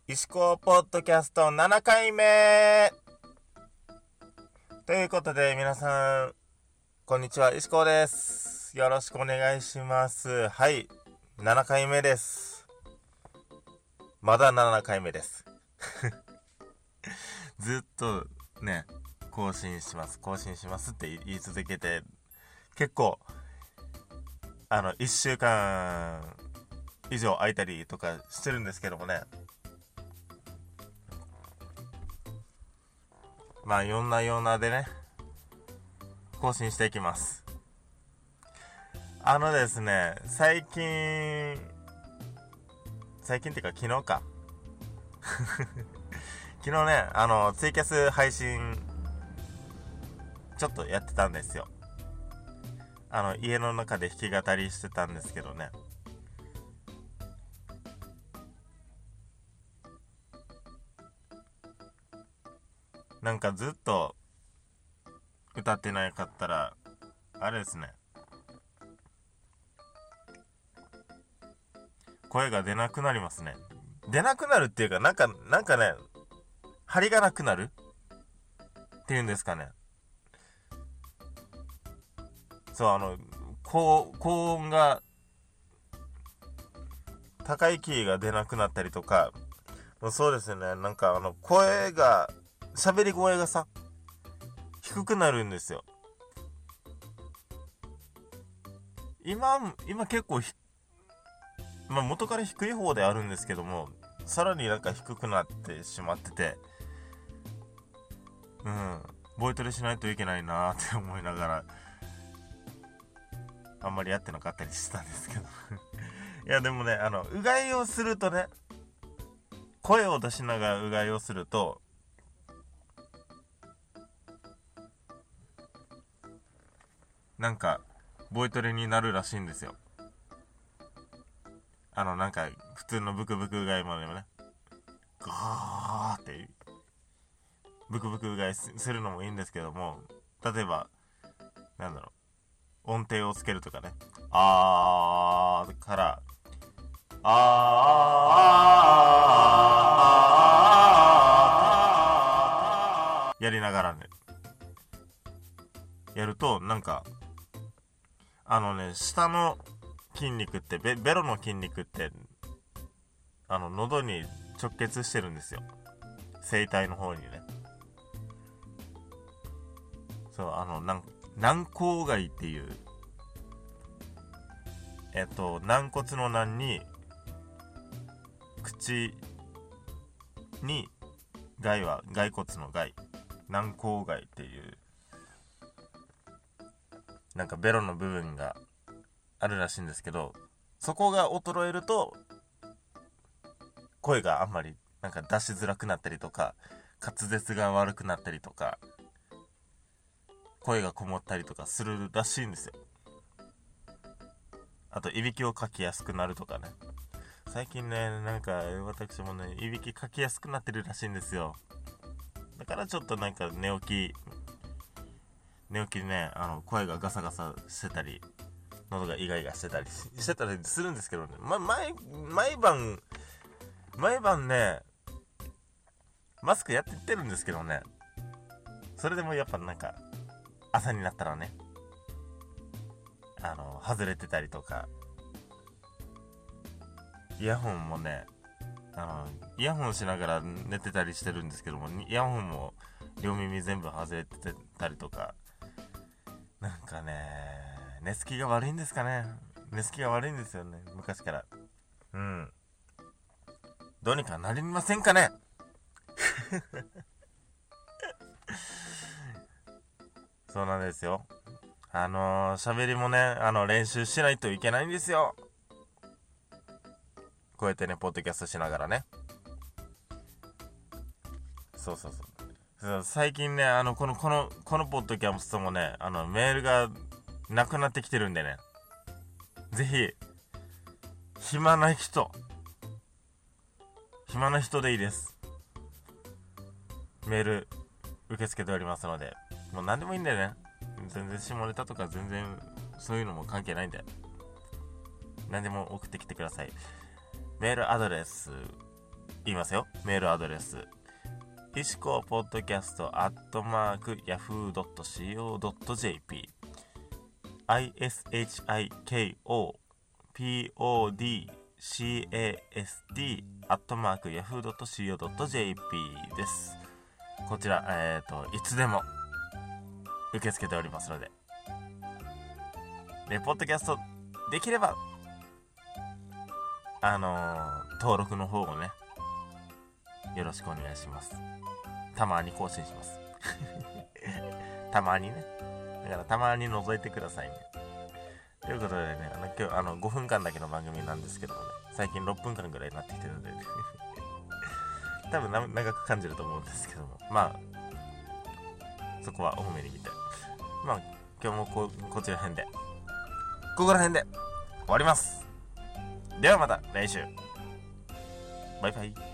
石川ポッドキャスト7回目ということで、皆さんこんにちは、石川です。よろしくお願いします。はい、7回目です。まだ7回目ですずっとね、更新しますって言い続けて、結構1週間以上空いたりとかしてるんですけどもね、まあいろんなでね、更新していきます。ですね、最近っていうか昨日か昨日ね、ツイキャス配信ちょっとやってたんですよ。家の中で弾き語りしてたんですけどね、なんかずっと歌ってなかったらあれですね、声が出なくなりますね。出なくなるっていうか、なんかね、張りがなくなるっていうんですかね。そう、高音が、高いキーが出なくなったりとか、もうそうですよね。なんか喋り声がさ、低くなるんですよ。今結構まあ元から低い方であるんですけども、さらになんか低くなってしまってて、ボイトレしないといけないなーって思いながら、あんまりやってなかったりしたんですけどいやでもね、うがいをするとね、声を出しながらうがいをすると、なんかボイトレになるらしいんですよ。なんか普通のブクブクうがいもでもね、ガーってブクブクうがいするのもいいんですけども、例えばなんだろう、音程をつけるとかね、あーからやりながらね、やるとなんか下の筋肉ってベロの筋肉って喉に直結してるんですよ、声帯の方にね。そう、軟口蓋っていう、軟骨の軟に口に蓋は骸骨の蓋、軟口蓋っていうなんかベロの部分があるらしいんですけど、そこが衰えると声があんまりなんか出しづらくなったりとか、滑舌が悪くなったりとか、声がこもったりとかするらしいんですよ。あといびきをかきやすくなるとかね。最近ね、なんか私もね、いびきかきやすくなってるらしいんですよ。だからちょっとなんか寝起きね、声がガサガサしてたり、喉がイガイガしてたりするんですけどね、毎晩ね、マスクやってるんですけどね、それでもやっぱなんか朝になったらね、外れてたりとか、イヤホンもね、イヤホンしながら寝てたりしてるんですけども、イヤホンも両耳全部外れてたりとか、なんかね、寝つきが悪いんですかね。寝つきが悪いんですよね、昔から。どうにかなりませんかねそうなんですよ。喋りもね、練習しないといけないんですよ。こうやってね、ポッドキャストしながらね。そう最近ね、このポッドキャストもね、メールがなくなってきてるんでね、ぜひ、暇な人でいいです。メール受け付けておりますので、もう何でもいいんだよね。全然下ネタとか全然そういうのも関係ないんで、何でも送ってきてください。メールアドレス言いますよ。メールアドレス石こポッドキャスト@yahoo.co.jp ishikopodcast@yahoo.co.jp です。こちら、いつでも受け付けておりますので、ポッドキャストできれば登録の方をね、よろしくお願いします。たまに更新しますたまにね、だからたまに覗いてくださいね。ということでね、今日5分間だけの番組なんですけどもね、最近6分間ぐらいになってきてるので、ね、多分長く感じると思うんですけども、まあそこは多めに見て、まあ今日もこちら辺で、ここら辺で終わります。ではまた来週。バイバイ。